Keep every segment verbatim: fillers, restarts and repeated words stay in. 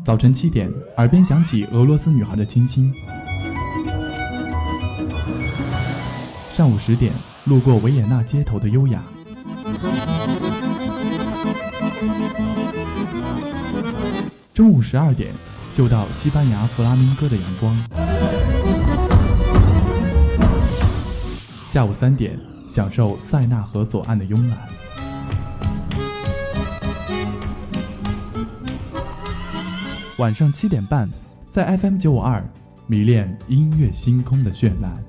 早晨七点，耳边响起俄罗斯女孩的清新。上午十点，路过维也纳街头的优雅。中午十二点，嗅到西班牙弗拉明戈的阳光。下午三点，享受塞纳河左岸的慵懒。晚上七点半，在 F M 九五二，迷恋音乐星空的绚烂。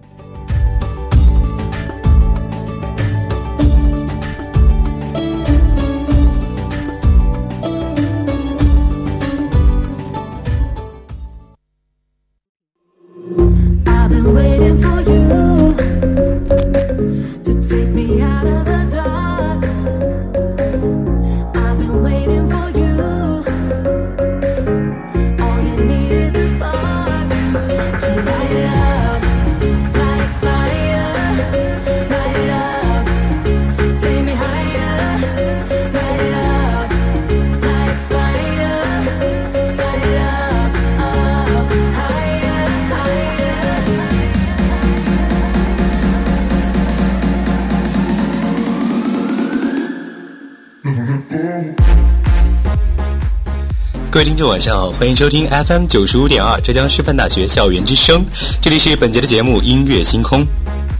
各位听众晚上好，欢迎收听 F M 九十五点二浙江师范大学校园之声，这里是本节的节目音乐星空。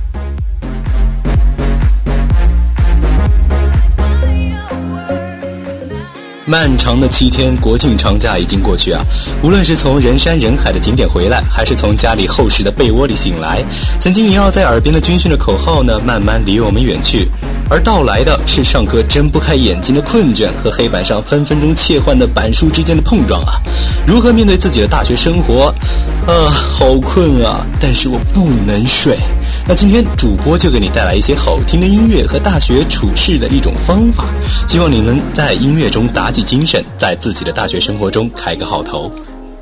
漫长的七天国庆长假已经过去啊，无论是从人山人海的景点回来，还是从家里厚实的被窝里醒来，曾经萦绕在耳边的军训的口号呢，慢慢离我们远去，而到来的是上课睁不开眼睛的困倦和黑板上分分钟切换的板书之间的碰撞啊！如何面对自己的大学生活？啊，好困啊，但是我不能睡。那今天主播就给你带来一些好听的音乐和大学处事的一种方法，希望你能在音乐中打起精神，在自己的大学生活中开个好头。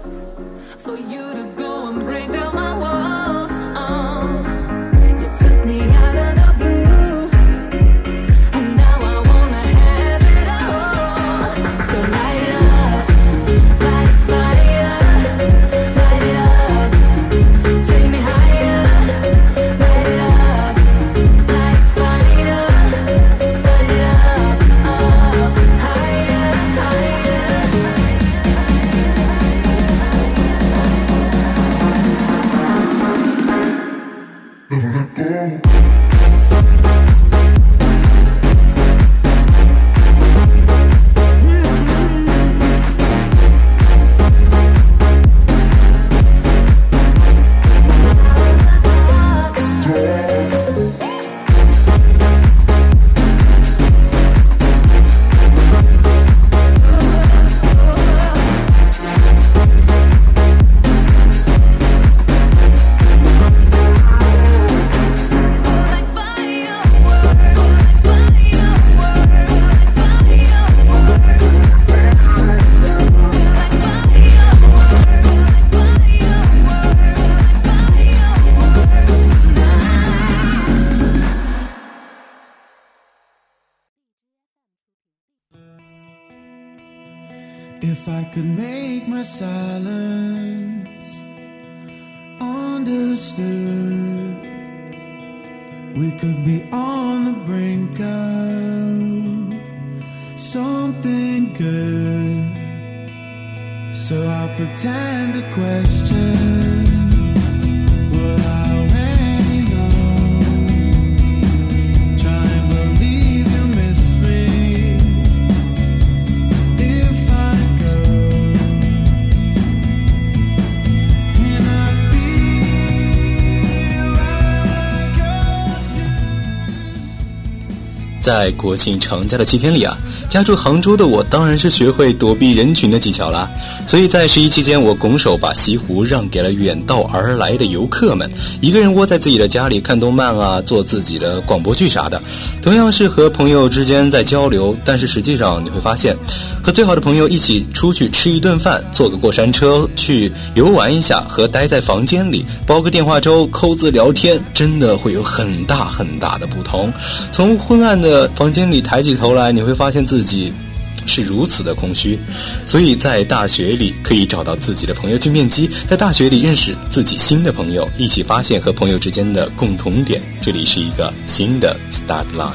If I could make my silence understood, we could be on the brink of something good. So I'll pretend to question what I already know. Try and believe you miss me. If I go and I feel like I should. 在国庆长假的七天里啊，家住杭州的我当然是学会躲避人群的技巧啦。所以在十一期间，我拱手把西湖让给了远道而来的游客们，一个人窝在自己的家里看动漫啊，做自己的广播剧啥的。同样是和朋友之间在交流，但是实际上你会发现，和最好的朋友一起出去吃一顿饭，坐个过山车去游玩一下，和待在房间里煲个电话粥抠字聊天，真的会有很大很大的不同。从昏暗的房间里抬起头来，你会发现自己是如此的空虚。所以在大学里可以找到自己的朋友去面基，在大学里认识自己新的朋友，一起发现和朋友之间的共同点，这里是一个新的 start line。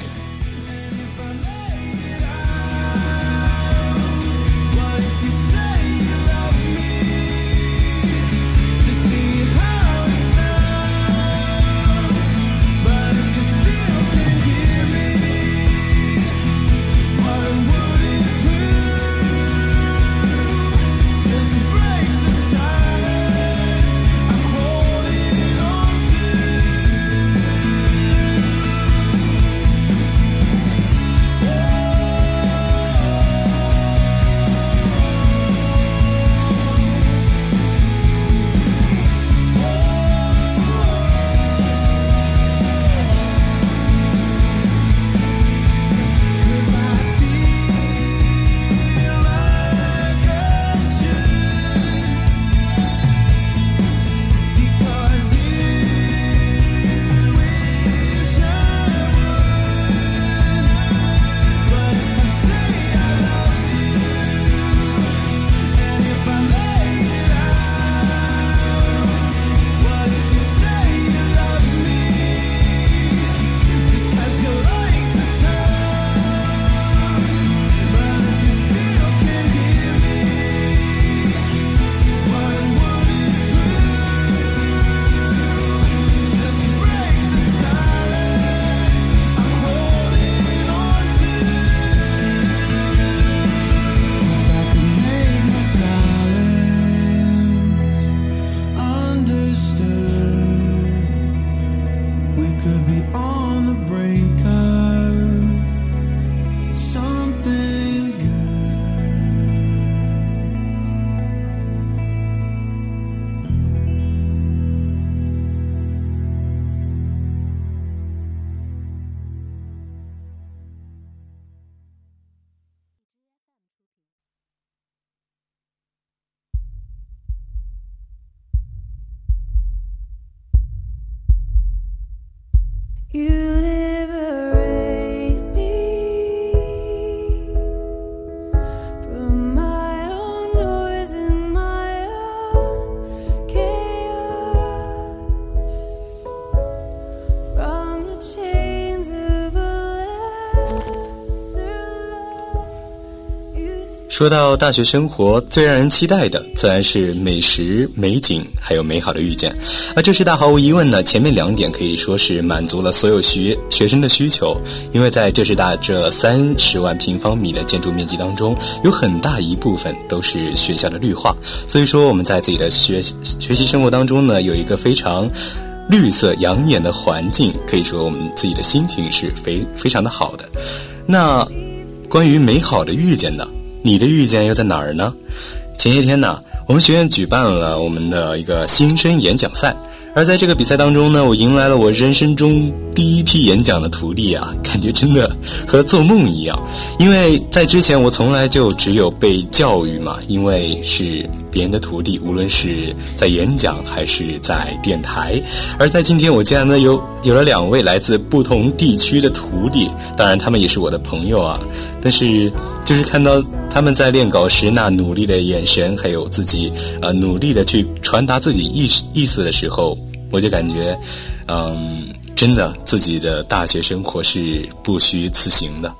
You liberate me from my own noise and my own chaos, from the chains of a lesser love. You 说到大学生活，最让人期待的自然是美食、美景，还有美好的遇见。而浙师大毫无疑问呢，前面两点可以说是满足了所有学学生的需求。因为在浙师大这三十万平方米的建筑面积当中，有很大一部分都是学校的绿化，所以说我们在自己的学学习生活当中呢，有一个非常绿色养眼的环境，可以说我们自己的心情是非非常的好的。那关于美好的遇见呢，你的遇见又在哪儿呢？前些天呢，我们学院举办了我们的一个新生演讲赛，而在这个比赛当中呢，我迎来了我人生中第一批演讲的徒弟啊，感觉真的和做梦一样。因为在之前我从来就只有被教育嘛，因为是别人的徒弟，无论是在演讲还是在电台。而在今天我竟然呢有有了两位来自不同地区的徒弟，当然他们也是我的朋友啊，但是就是看到他们在练稿时那努力的眼神，还有自己呃努力的去传达自己意意思的时候，我就感觉嗯，真的自己的大学生活是不虚此行的。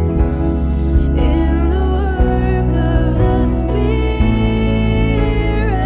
Spirit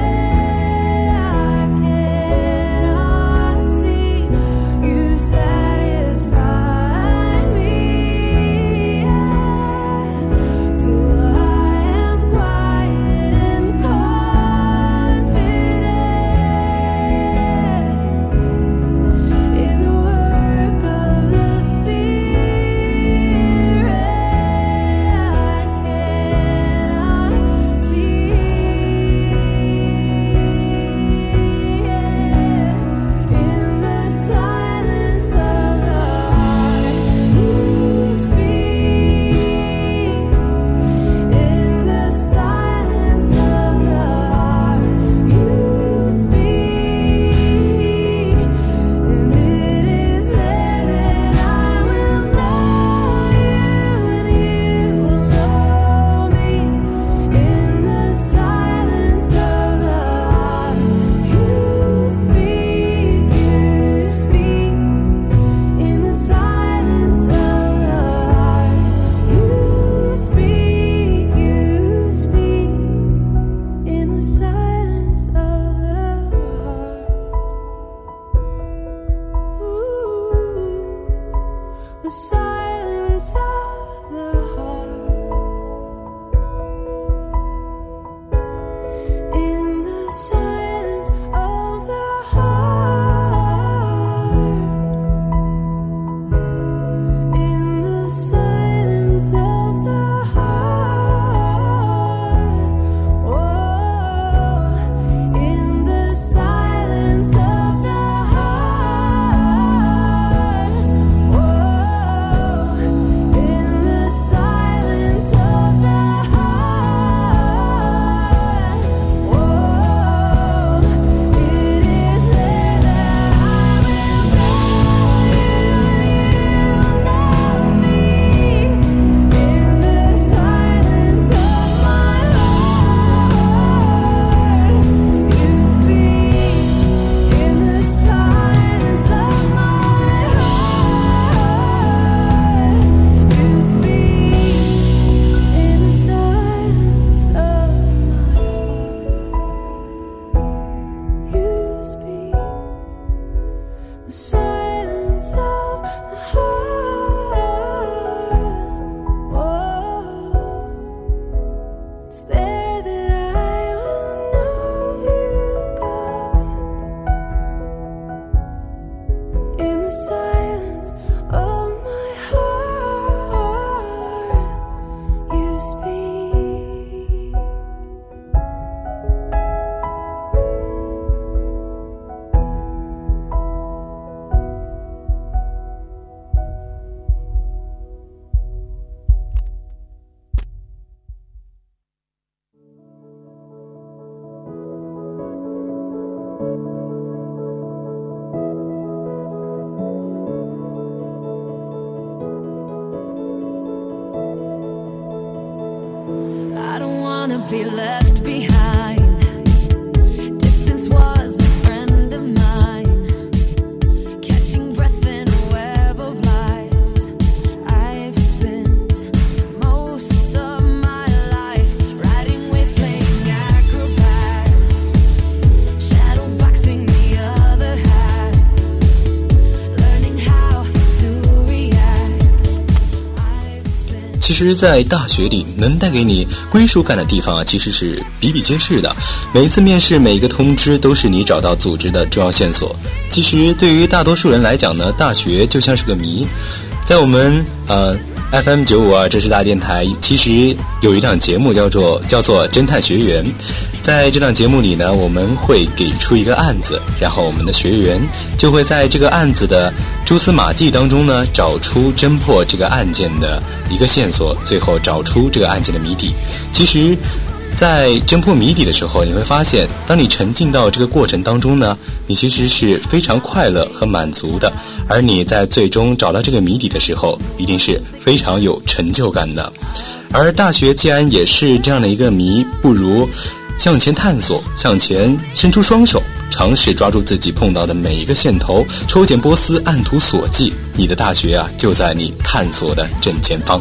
be left behind. Distance was a friend of mine, catching breath in a web of lies. I've spent most of my life riding waves, playing acrobat, shadow boxing the other half, learning how to react. I've spent 其实在大学里能带给你归属感的地方啊，其实是比比皆是的。每一次面试，每一个通知都是你找到组织的重要线索。其实对于大多数人来讲呢，大学就像是个谜。在我们呃 F M 九五二这是大电台，其实有一档节目叫做叫做侦探学员。在这档节目里呢，我们会给出一个案子，然后我们的学员就会在这个案子的蛛丝马迹当中呢，找出侦破这个案件的一个线索，最后找出这个案件的谜底。其实在侦破谜底的时候，你会发现当你沉浸到这个过程当中呢，你其实是非常快乐和满足的，而你在最终找到这个谜底的时候，一定是非常有成就感的。而大学既然也是这样的一个谜，不如向前探索，向前伸出双手，尝试抓住自己碰到的每一个线头，抽茧剥丝，按图索骥。你的大学啊，就在你探索的正前方。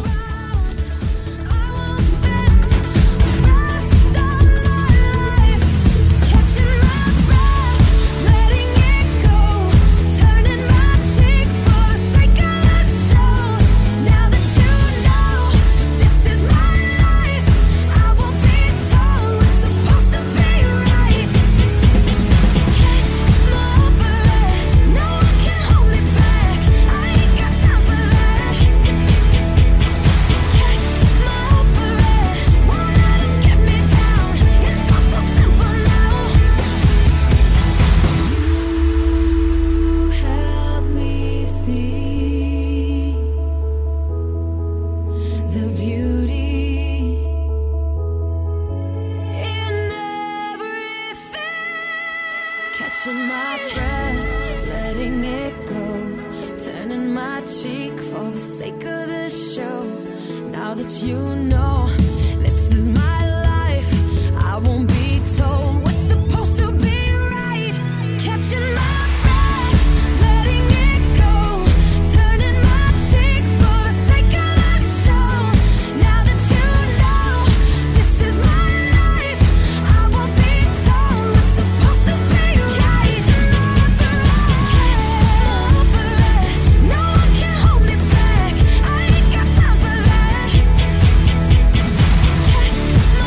Catching my breath, letting it go, turning my cheek for the sake of the show. Now that you know this is my life, I won't be told what's supposed to be right. Catching my breath, letting it go, turning my cheek for the sake of the show. Now that you know this is my life, I won't be told what's supposed to be right. No one can hold me back, I ain't got time for that.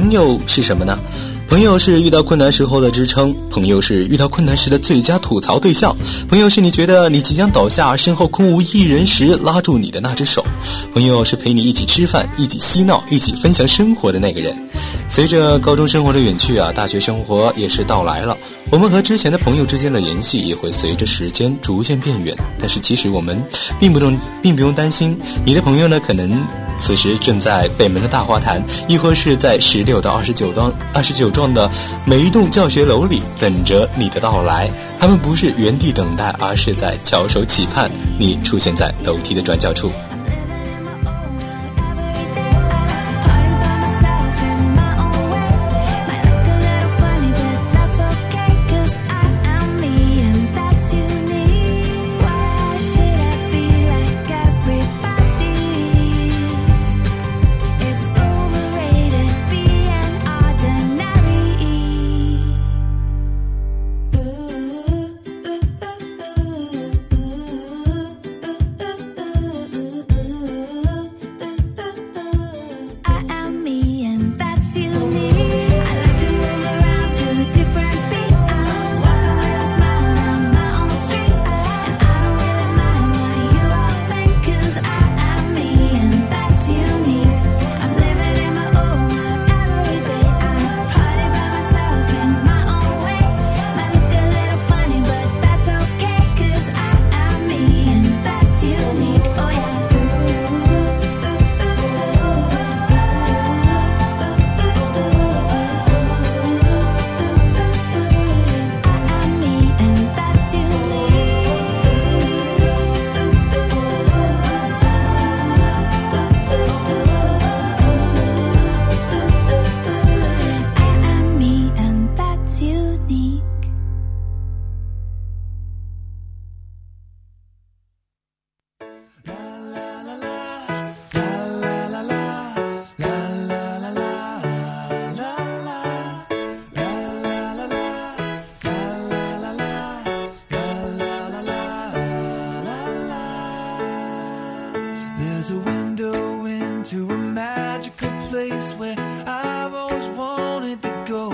朋友是什么呢？朋友是遇到困难时候的支撑，朋友是遇到困难时的最佳吐槽对象，朋友是你觉得你即将倒下，身后空无一人时拉住你的那只手，朋友是陪你一起吃饭，一起嬉闹，一起分享生活的那个人。随着高中生活的远去啊，大学生活也是到来了，我们和之前的朋友之间的联系也会随着时间逐渐变远。但是其实我们并不用并不用担心，你的朋友呢可能此时正在北门的大花坛，亦或是在十六到二十九幢二十九幢的每一栋教学楼里等着你的到来。他们不是原地等待，而是在翘首企盼你出现在楼梯的转角处。 There's a window into a magical place where I've always wanted to go.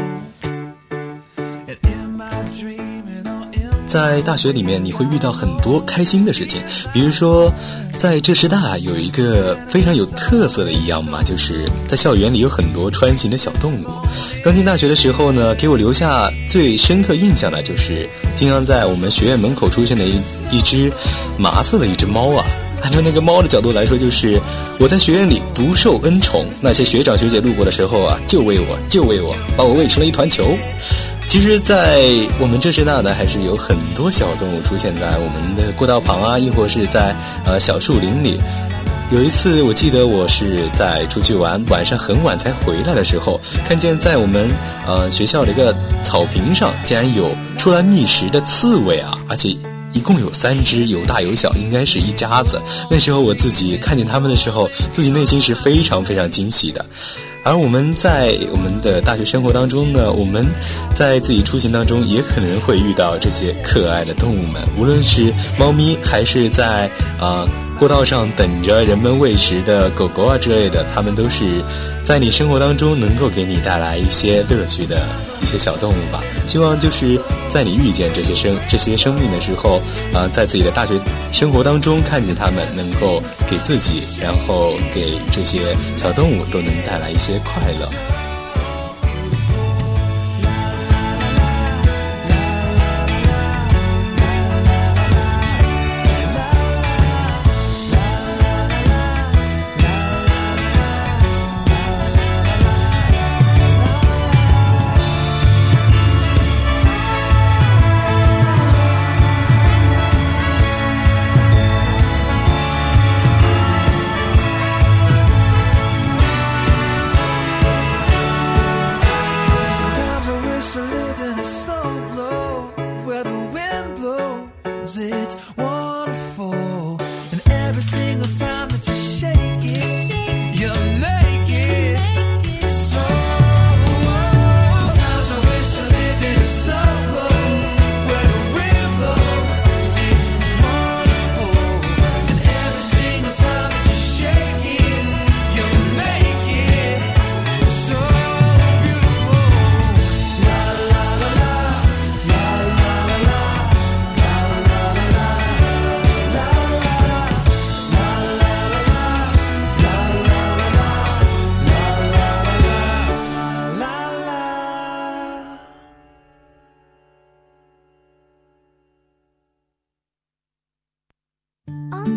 And in my dream and all in 在大学里面你会遇到很多开心的事情，比如说在浙师大有一个非常有特色的一样嘛，就是在校园里有很多穿行的小动物。刚进大学的时候呢，给我留下最深刻印象的就是经常在我们学院门口出现的一一只麻色的一只猫啊。按照那个猫的角度来说，就是我在学院里独受恩宠，那些学长学姐路过的时候啊，就喂我就喂我，把我喂成了一团球。其实在我们浙师大呢，还是有很多小动物出现在我们的过道旁啊，亦或是在呃小树林里。有一次我记得我是在出去玩，晚上很晚才回来的时候，看见在我们呃学校的一个草坪上竟然有出来觅食的刺猬啊，而且一共有三只，有大有小，应该是一家子。那时候我自己看见他们的时候，自己内心是非常非常惊喜的。而我们在我们的大学生活当中呢，我们在自己出行当中也可能会遇到这些可爱的动物们，无论是猫咪还是在啊、呃、过道上等着人们喂食的狗狗啊之类的，它们都是在你生活当中能够给你带来一些乐趣的一些小动物吧。希望就是在你遇见这些生这些生命的时候啊、呃，在自己的大学生活当中看见它们，能够给自己，然后给这些小动物都能带来一些快乐。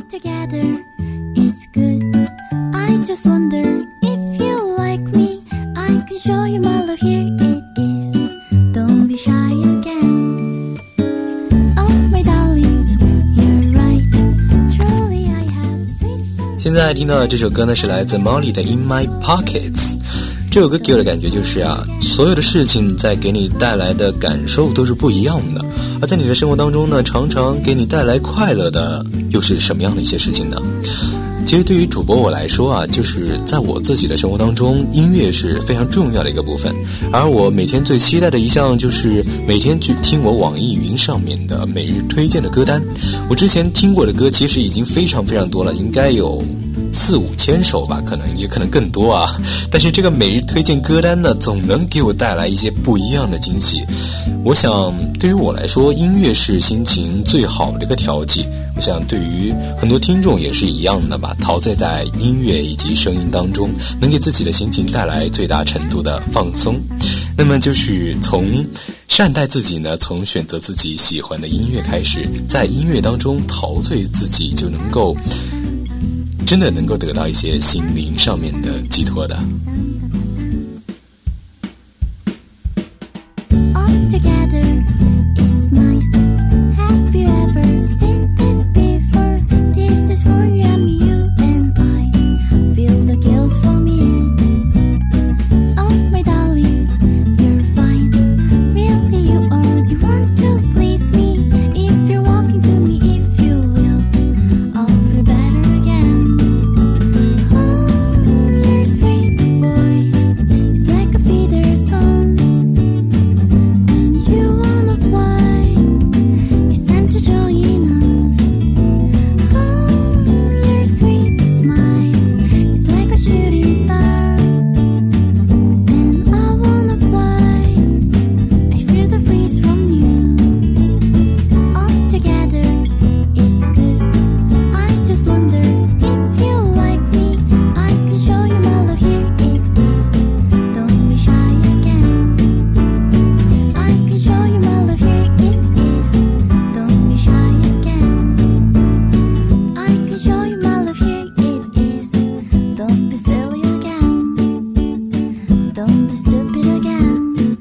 together is good. I just wonder if you like me. I can show you my love, here it is. Don't be shy again. Oh my darling, you're right. Truly I have sweet songs. 现在听到的这首歌呢，是来自 Molly 的 In My Pockets。这首歌给我的感觉就是啊，所有的事情在给你带来的感受都是不一样的，而在你的生活当中呢，常常给你带来快乐的又是什么样的一些事情呢？其实对于主播我来说啊，就是在我自己的生活当中，音乐是非常重要的一个部分。而我每天最期待的一项就是每天去听我网易云上面的每日推荐的歌单。我之前听过的歌其实已经非常非常多了，应该有四五千首吧，可能也可能更多啊。但是这个每日推荐歌单呢，总能给我带来一些不一样的惊喜。我想对于我来说，音乐是心情最好的一个调剂。我想对于很多听众也是一样的吧，陶醉在音乐以及声音当中，能给自己的心情带来最大程度的放松。那么就是从善待自己呢，从选择自己喜欢的音乐开始，在音乐当中陶醉自己，就能够真的能够得到一些心灵上面的寄托的。 All together, it's nice. Have you ever seen this before? This is for you and me, you and I. Feel the guilt from it. Oh my darling, you're fine. Really you are. Do you want to please me? If you're walking to me, if you will, I'll feel better again. Oh, your sweet voice is like a feeder song. You wanna fly, it's time to join us. Oh, your sweet smile is like a shooting star. And I wanna fly, I feel the breeze from you. All together is good. I just wonder if you like me. I can show you my love, here it is. Don't be shy again. I can show you my love, here it is. Don't be shy again. I can show you my love, here it is. Don't be silly again. Don't be stupid again.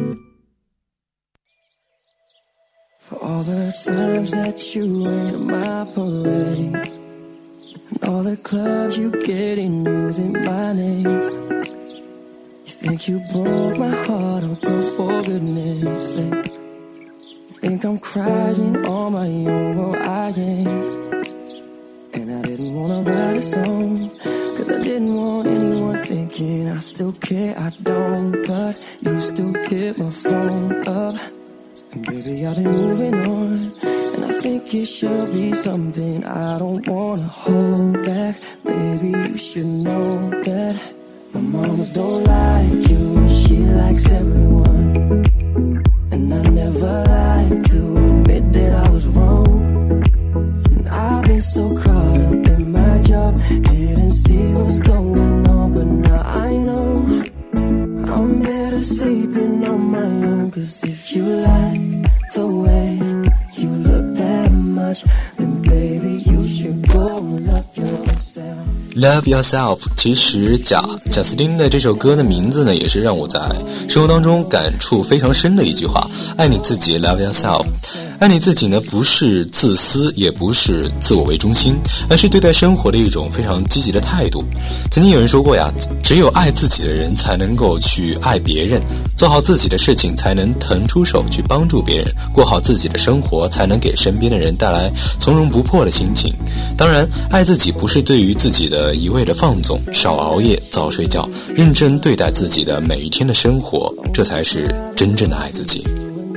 For all the times that you rain on my parade, and all the clubs you get in using my name. You think you broke my heart, oh girl, for goodness sake. You think I'm crying on my own, well I ain't. And I didn't wanna write a song, cause I didn't want anyone thinking I still care, I don't. But you still hit my phone up, and baby I've been moving on, and I think it should be something I don't wanna hold back. Maybe you should know that my mama don't like you, and she likes everyone. And I never lied to admit that I was wrong. And I've been so caught up in my job, didn't see what's going on. But now I know I'm better sleeping on my own. Cause if you like the way you look that much, then baby you should go and love yourself. Love Yourself， 其实贾贾斯汀的这首歌的名字呢，也是让我在生活当中感触非常深的一句话：爱你自己 ，Love Yourself。爱你自己呢，不是自私，也不是自我为中心，而是对待生活的一种非常积极的态度。曾经有人说过呀，只有爱自己的人才能够去爱别人，做好自己的事情才能腾出手去帮助别人，过好自己的生活才能给身边的人带来从容不迫的心情。当然，爱自己不是对于自己的一味的放纵，少熬夜，早睡觉，认真对待自己的每一天的生活，这才是真正的爱自己。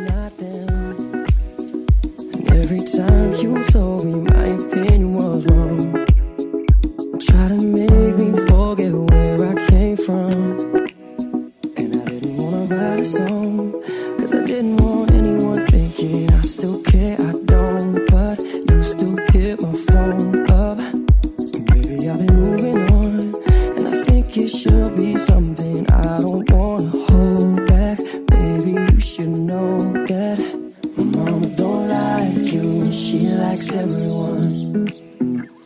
Every time you told me my opinion was wrong, try to make me forget where I came from. And I didn't wanna write a song, cause I didn't want anyone thinking I still care, I don't. But you still hit my phone up, and baby I've been moving on, and I think it should be something I don't wanna hold back. Baby you should know that my mama don't like you, she likes everyone.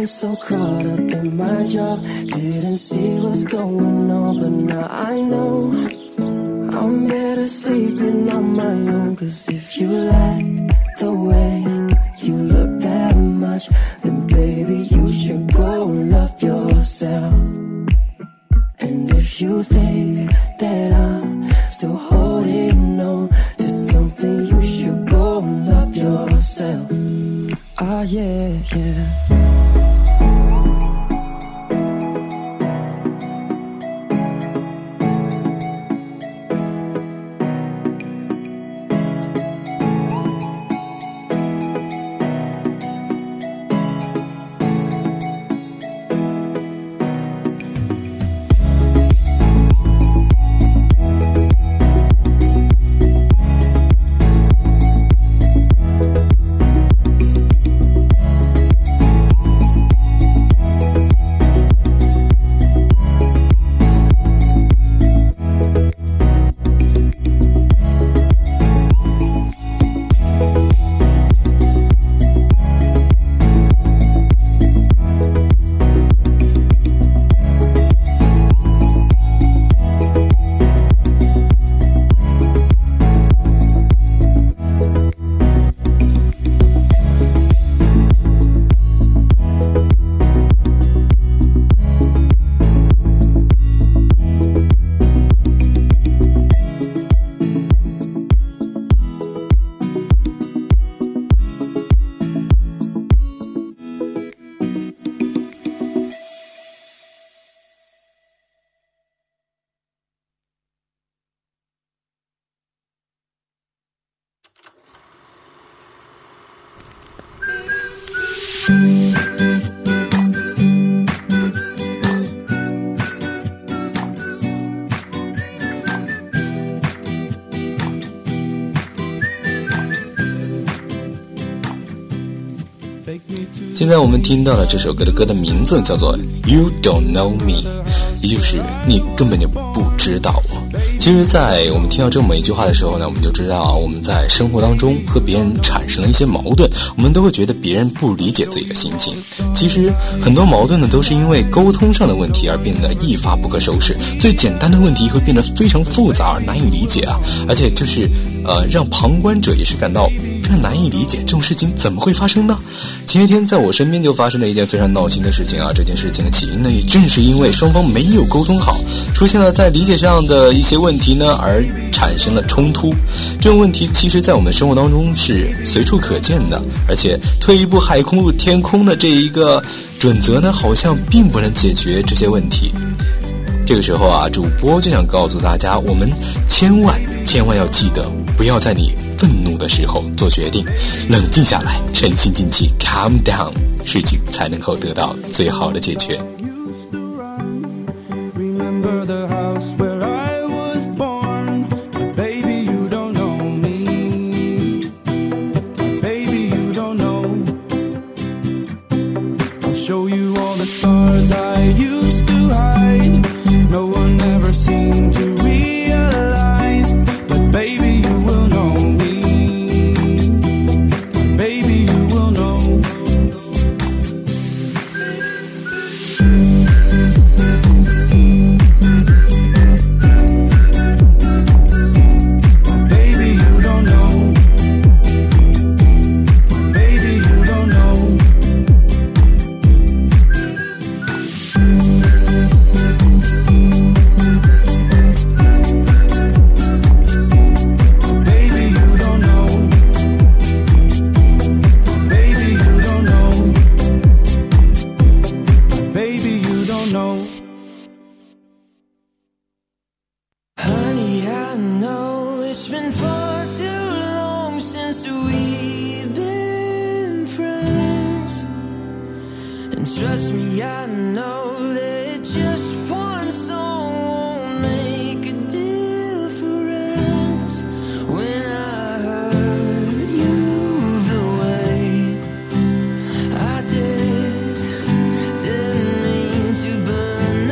was so caught up in my job, didn't see what's going on, but now I know I'm better sleeping on my own. Cause if you like the way you look that much, then baby you should go love yourself. And if you think that I'm still holding on to something, you should go love yourself. Ah yeah, yeah. 现在我们听到的这首歌的歌的名字叫做 You Don't Know Me， 也就是你根本就不知道我。其实在我们听到这么一句话的时候呢，我们就知道我们在生活当中和别人产生了一些矛盾，我们都会觉得别人不理解自己的心情。其实很多矛盾呢都是因为沟通上的问题而变得一发不可收拾，最简单的问题会变得非常复杂而难以理解啊，而且就是呃让旁观者也是感到非常难以理解，这种事情怎么会发生呢？前一天在我身边就发生了一件非常闹心的事情啊！这件事情的起因呢，也正是因为双方没有沟通好，出现了在理解上的一些问题呢，而产生了冲突。这种问题其实在我们生活当中是随处可见的，而且退一步海空入天空的这一个准则呢，好像并不能解决这些问题。这个时候啊，主播就想告诉大家，我们千万千万要记得，不要在你愤怒的时候做决定，冷静下来，沉心静气 calm down， 事情才能够得到最好的解决。 Trust me, I know that just one song won't make a difference. When I hurt you the way I did, didn't mean to burn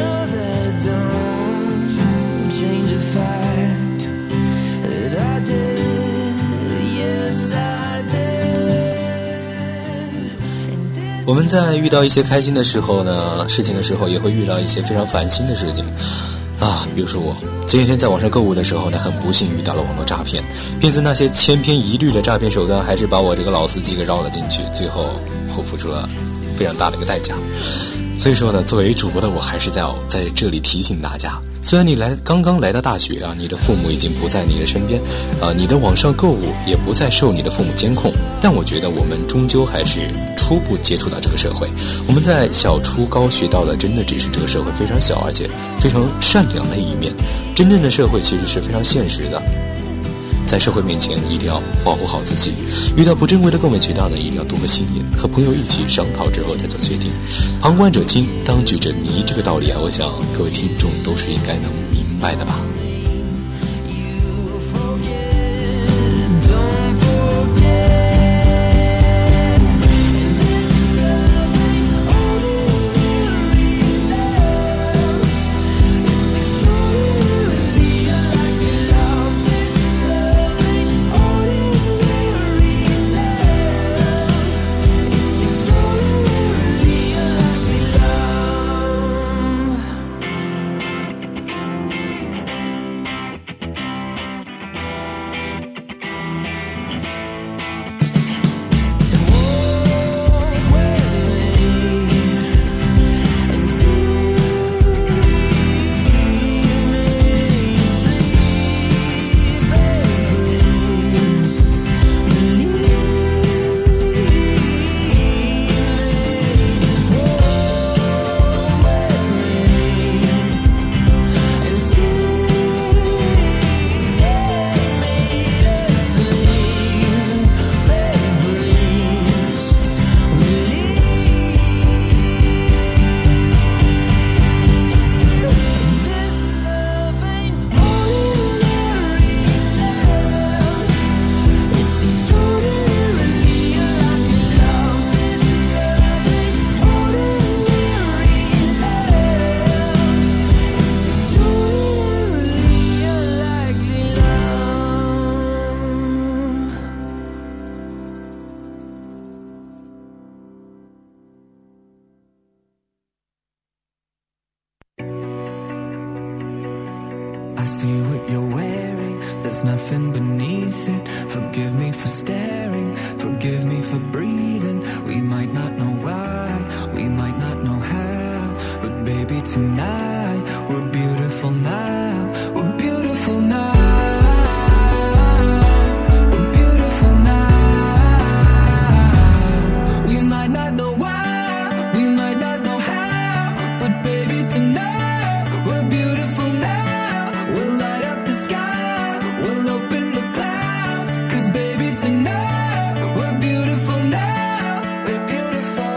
们在遇到一些开心的时候呢，事情的时候，也会遇到一些非常烦心的事情啊。比如说我前几天在网上购物的时候呢，很不幸遇到了网络诈骗，骗子那些千篇一律的诈骗手段，还是把我这个老司机给绕了进去，最后我付出了非常大的一个代价。所以说呢，作为主播的我，还是要在这里提醒大家，虽然你来刚刚来到大学啊，你的父母已经不在你的身边啊，你的网上购物也不再受你的父母监控，但我觉得我们终究还是初步接触到这个社会。我们在小初高学到的真的只是这个社会非常小而且非常善良的一面，真正的社会其实是非常现实的。在社会面前一定要保护好自己，遇到不正规的购买渠道呢，一定要多个心眼，和朋友一起商讨之后再做决定。旁观者清，当局者迷，这个道理啊，我想各位听众都是应该能明白的吧。 I see what you're wearing, there's nothing beneath it. Forgive me for staring, forgive me for breathing. We might not know why, we might not know how, but baby tonight, we're beautiful now, we're beautiful now. We're beautiful now. We might not know why, we might not know how, but baby tonight, we're beautiful now. We'll light up the sky, we'll open the clouds, 'cause baby tonight, we're beautiful now, we're beautiful.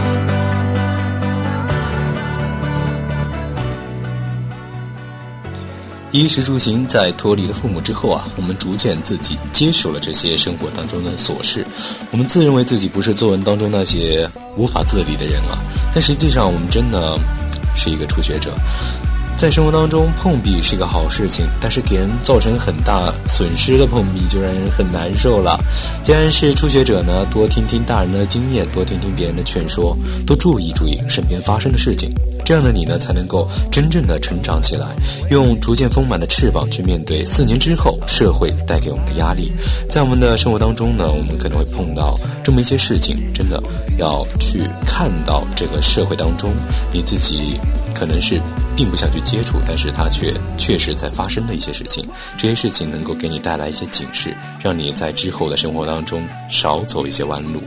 衣食住行在脱离了父母之后啊，我们逐渐自己接受了这些生活当中的琐事。我们自认为自己不是作文当中那些无法自理的人啊，但实际上我们真的是一个初学者。在生活当中碰壁是个好事情，但是给人造成很大损失的碰壁就让人很难受了。既然是初学者呢，多听听大人的经验，多听听别人的劝说，多注意注意身边发生的事情，这样的你呢才能够真正的成长起来，用逐渐丰满的翅膀去面对四年之后社会带给我们的压力。在我们的生活当中呢，我们可能会碰到这么一些事情，真的要去看到这个社会当中你自己可能是并不想去接触，但是它却确实在发生的一些事情，这些事情能够给你带来一些警示，让你在之后的生活当中少走一些弯路。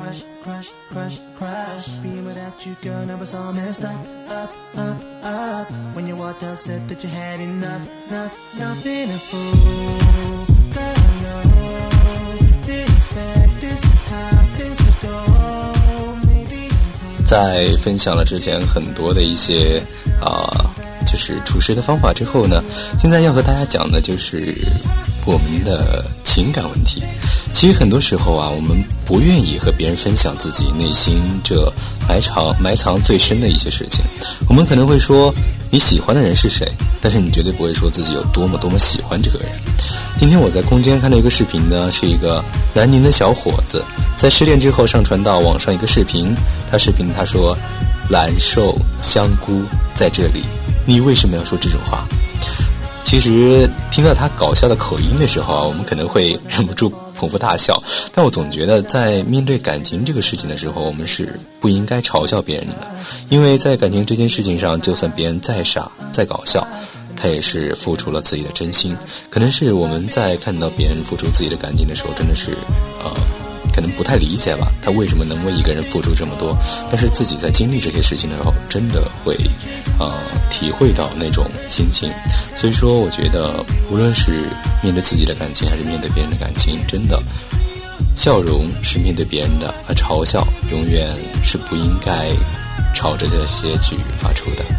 crush, crush, crush, crush. Being without you, girl, never so messed up, up, up, up. When you walked out, said that you had enough, enough, nothing to fool. Girl, I know, didn't expect this is how things would go. Maybe 在分享了之前很多的一些啊、呃，就是处事的方法之后呢，现在要和大家讲的就是我们的情感问题。其实很多时候啊，我们不愿意和别人分享自己内心这埋藏埋藏最深的一些事情。我们可能会说你喜欢的人是谁，但是你绝对不会说自己有多么多么喜欢这个人。今天我在空间看到一个视频呢，是一个南宁的小伙子在失恋之后上传到网上一个视频，他视频他说兰寿香菇在这里，你为什么要说这种话？其实听到他搞笑的口音的时候啊，我们可能会忍不住捧腹大笑，但我总觉得在面对感情这个事情的时候，我们是不应该嘲笑别人的，因为在感情这件事情上，就算别人再傻再搞笑，他也是付出了自己的真心。可能是我们在看到别人付出自己的感情的时候，真的是呃可能不太理解吧，他为什么能为一个人付出这么多，但是自己在经历这些事情的时候，真的会呃体会到那种心情。所以说我觉得无论是面对自己的感情还是面对别人的感情，真的笑容是面对别人的，而嘲笑永远是不应该朝着这些去发出的。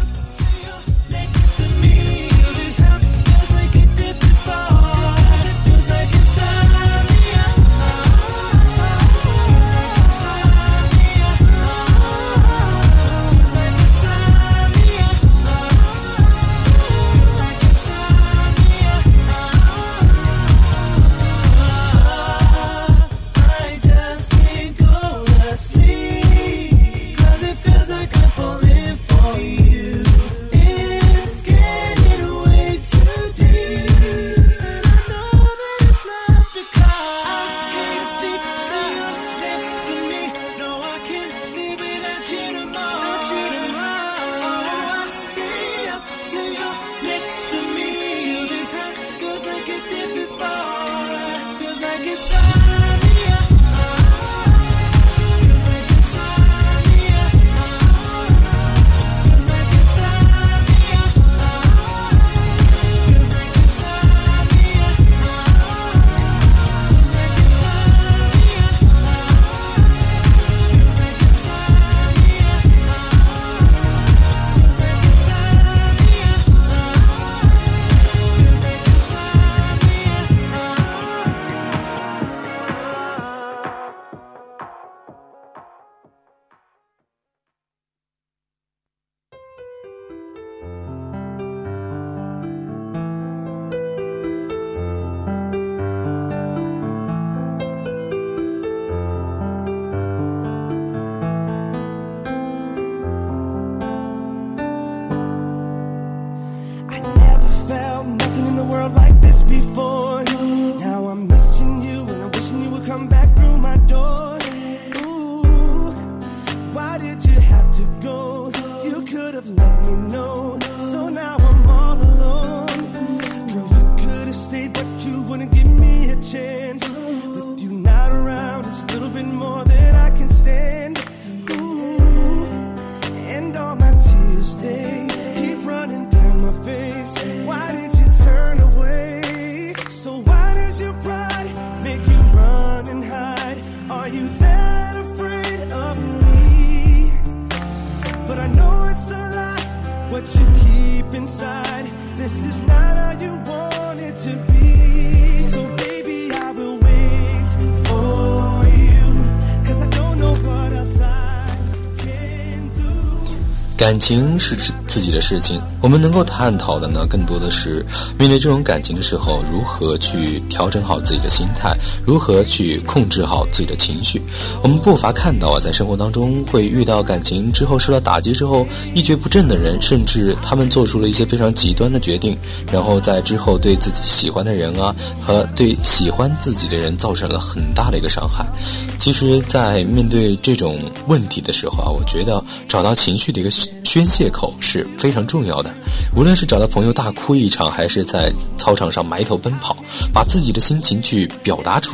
感情是自己的事情，我们能够探讨的呢，更多的是面对这种感情的时候，如何去调整好自己的心态，如何去控制好自己的情绪。我们不乏看到啊，在生活当中会遇到感情之后受到打击之后一蹶不振的人，甚至他们做出了一些非常极端的决定，然后在之后对自己喜欢的人啊和对喜欢自己的人造成了很大的一个伤害。其实在面对这种问题的时候啊，我觉得找到情绪的一个宣泄口是非常重要的。无论是找到朋友大哭一场，还是在操场上埋头奔跑，把自己的心情去表达出来，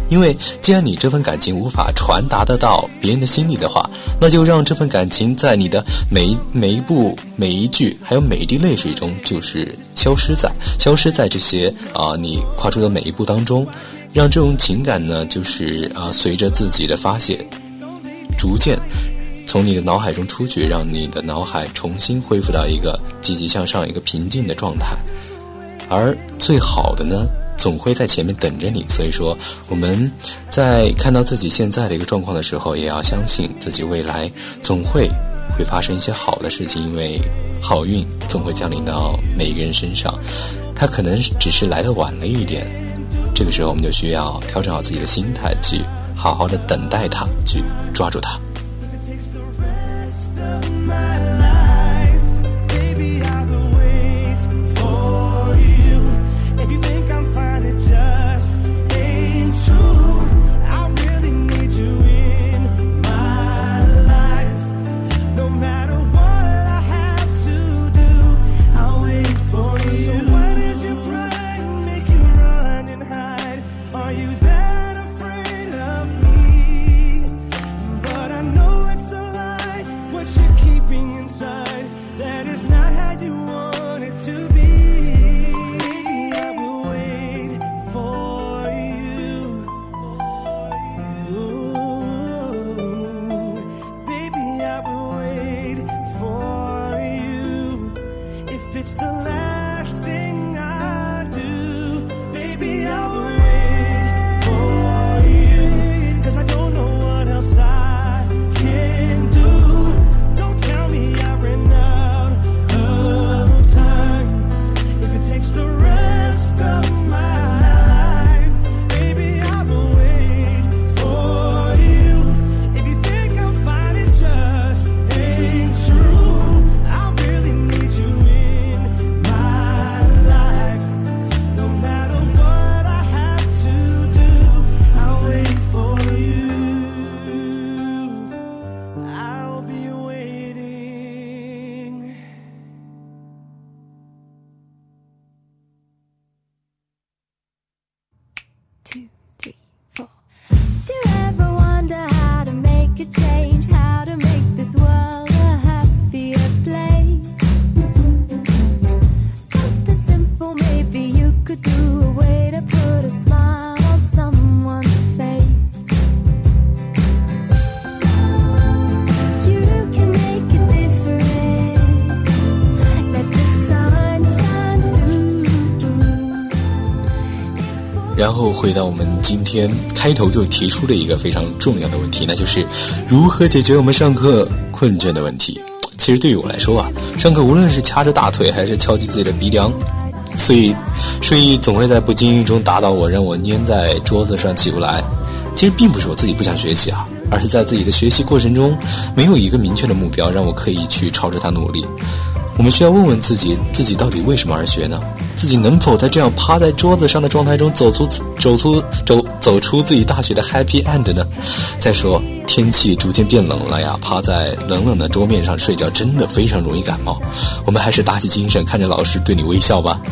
因为既然你这份感情无法传达得到别人的心里的话，那就让这份感情在你的每一每一步每一句还有每一滴泪水中就是消失在消失在这些啊、呃、你跨出的每一步当中，让这种情感呢就是啊、呃、随着自己的发泄逐渐从你的脑海中出去，让你的脑海重新恢复到一个积极向上一个平静的状态。而最好的呢总会在前面等着你，所以说我们在看到自己现在的一个状况的时候，也要相信自己未来总会会发生一些好的事情，因为好运总会降临到每一个人身上，它可能只是来得晚了一点，这个时候我们就需要调整好自己的心态，去好好的等待它，去抓住它。然后回到我们今天开头就提出的一个非常重要的问题，那就是如何解决我们上课困倦的问题。其实对于我来说啊，上课无论是掐着大腿还是敲击自己的鼻梁，所以睡意总会在不经意中打倒我，让我粘在桌子上起不来。其实并不是我自己不想学习啊，而是在自己的学习过程中没有一个明确的目标让我可以去朝着它努力。我们需要问问自己，自己到底为什么而学呢？自己能否在这样趴在桌子上的状态中走出走出走走出自己大学的 happy end 呢？再说天气逐渐变冷了呀，趴在冷冷的桌面上睡觉真的非常容易感冒。我们还是打起精神，看着老师对你微笑吧。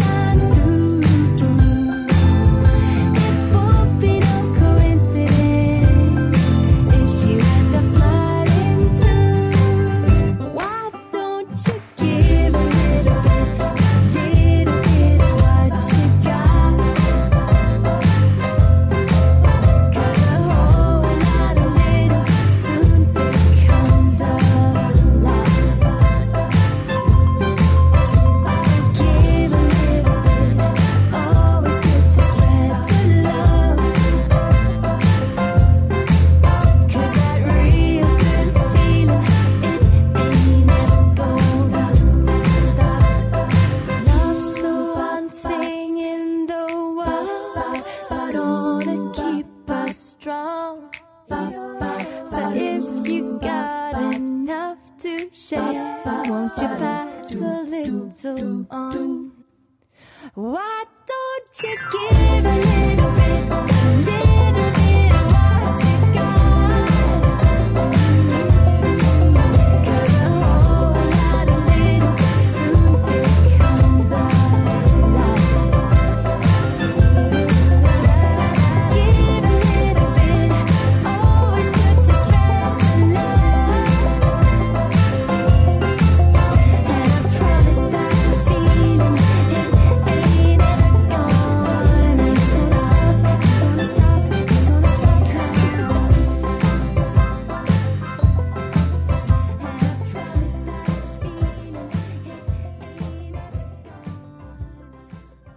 Coincidence do. Um, why don't you give a little bit, a little bit of what you got? 'Cause a whole lot of little soon becomes a lot. Give a little bit, always good to spread the love. And I promise that feeling, it ain't ever gonna stop, gonna stop, gonna stop. And I promise that feeling, it ain't ever gonna stop.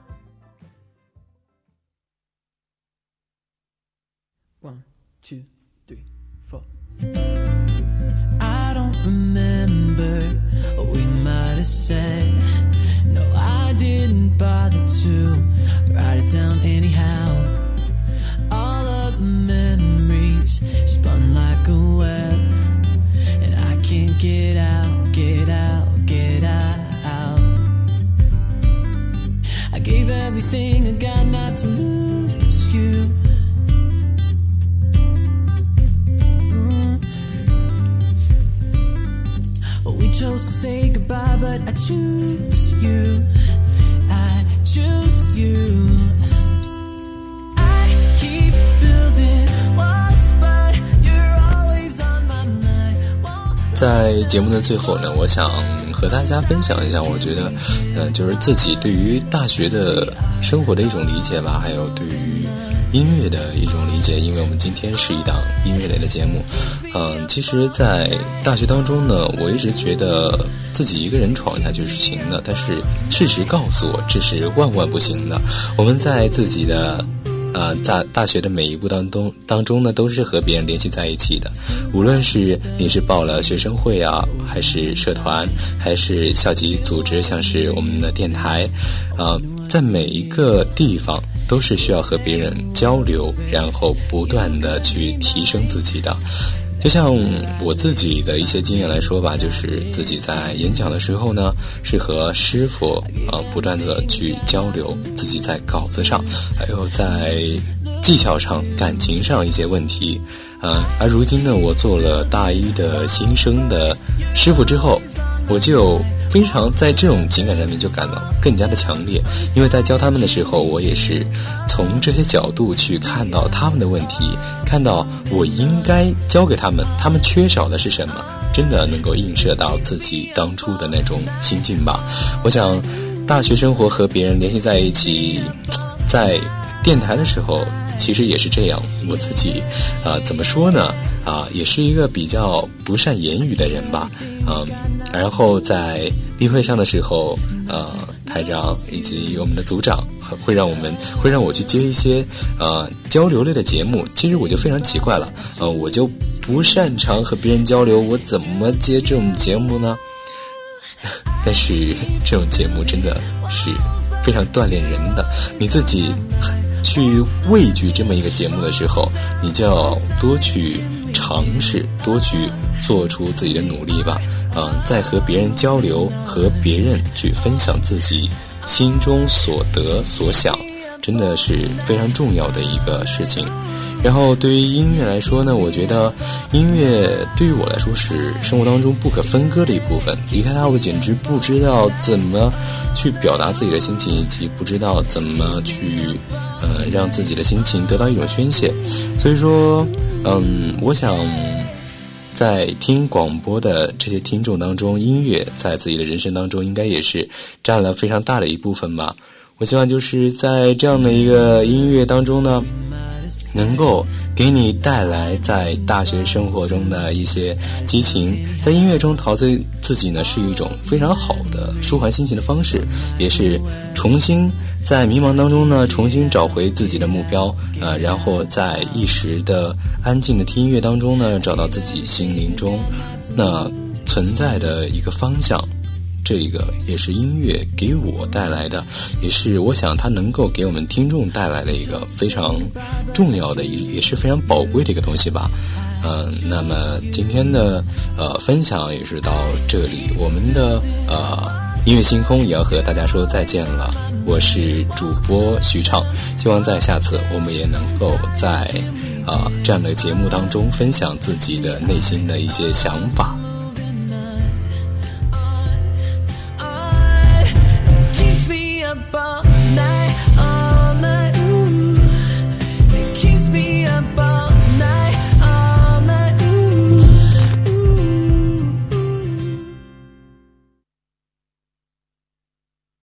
One, two, three, four. I don't remember what we might have said. No, I didn't bother to write it down anyhow. All of the memories spun like a web, and I can't get out, get out, get out. I gave everything I got not to lose you. We chose to say goodbye, but I choose you. I choose you. I keep building walls, but you're always on my mind. Won't 在节目的最后呢，我想和大家分享一下，我觉得，呃，就是自己对于大学的生活的一种理解吧，还有对于音乐的一种理解。因为我们今天是一档音乐类的节目，嗯，其实在大学当中呢，我一直觉得自己一个人闯下去是行的，但是事实告诉我这是万万不行的。我们在自己的啊，在大学的每一步当中当中呢，都是和别人联系在一起的。无论是你是报了学生会啊，还是社团，还是校级组织，像是我们的电台，啊，在每一个地方都是需要和别人交流，然后不断的去提升自己的。就像我自己的一些经验来说吧，就是自己在演讲的时候呢，是和师傅啊、呃、不断的去交流，自己在稿子上，还有在技巧上、感情上一些问题，啊、呃，而如今呢，我做了大一的新生的师傅之后，我就非常在这种情感上面就感到更加的强烈，因为在教他们的时候，我也是从这些角度去看到他们的问题，看到我应该教给他们，他们缺少的是什么，真的能够映射到自己当初的那种心境吧。我想大学生活和别人联系在一起，在电台的时候其实也是这样。我自己啊、呃、怎么说呢啊、呃、也是一个比较不善言语的人吧，嗯、呃、然后在例会上的时候，呃台长以及我们的组长会让我们会让我去接一些呃交流类的节目。其实我就非常奇怪了，呃我就不擅长和别人交流，我怎么接这种节目呢？但是这种节目真的是非常锻炼人的，你自己去畏惧这么一个节目的时候，你就要多去尝试，多去做出自己的努力吧。嗯、呃，在和别人交流，和别人去分享自己心中所得所想，真的是非常重要的一个事情。然后对于音乐来说呢，我觉得音乐对于我来说是生活当中不可分割的一部分，离开它我简直不知道怎么去表达自己的心情，以及不知道怎么去呃让自己的心情得到一种宣泄。所以说嗯，我想在听广播的这些听众当中，音乐在自己的人生当中应该也是占了非常大的一部分吧。我希望就是在这样的一个音乐当中呢，能够给你带来在大学生活中的一些激情，在音乐中陶醉自己呢，是一种非常好的舒缓心情的方式，也是重新在迷茫当中呢，重新找回自己的目标，呃，然后在一时的安静的听音乐当中呢，找到自己心灵中那存在的一个方向。这个也是音乐给我带来的，也是我想它能够给我们听众带来的一个非常重要的，也是非常宝贵的一个东西吧。嗯、呃，那么今天的呃分享也是到这里，我们的呃音乐星空也要和大家说再见了。我是主播徐畅，希望在下次我们也能够在啊、呃、这样的节目当中分享自己的内心的一些想法。 keeps me up all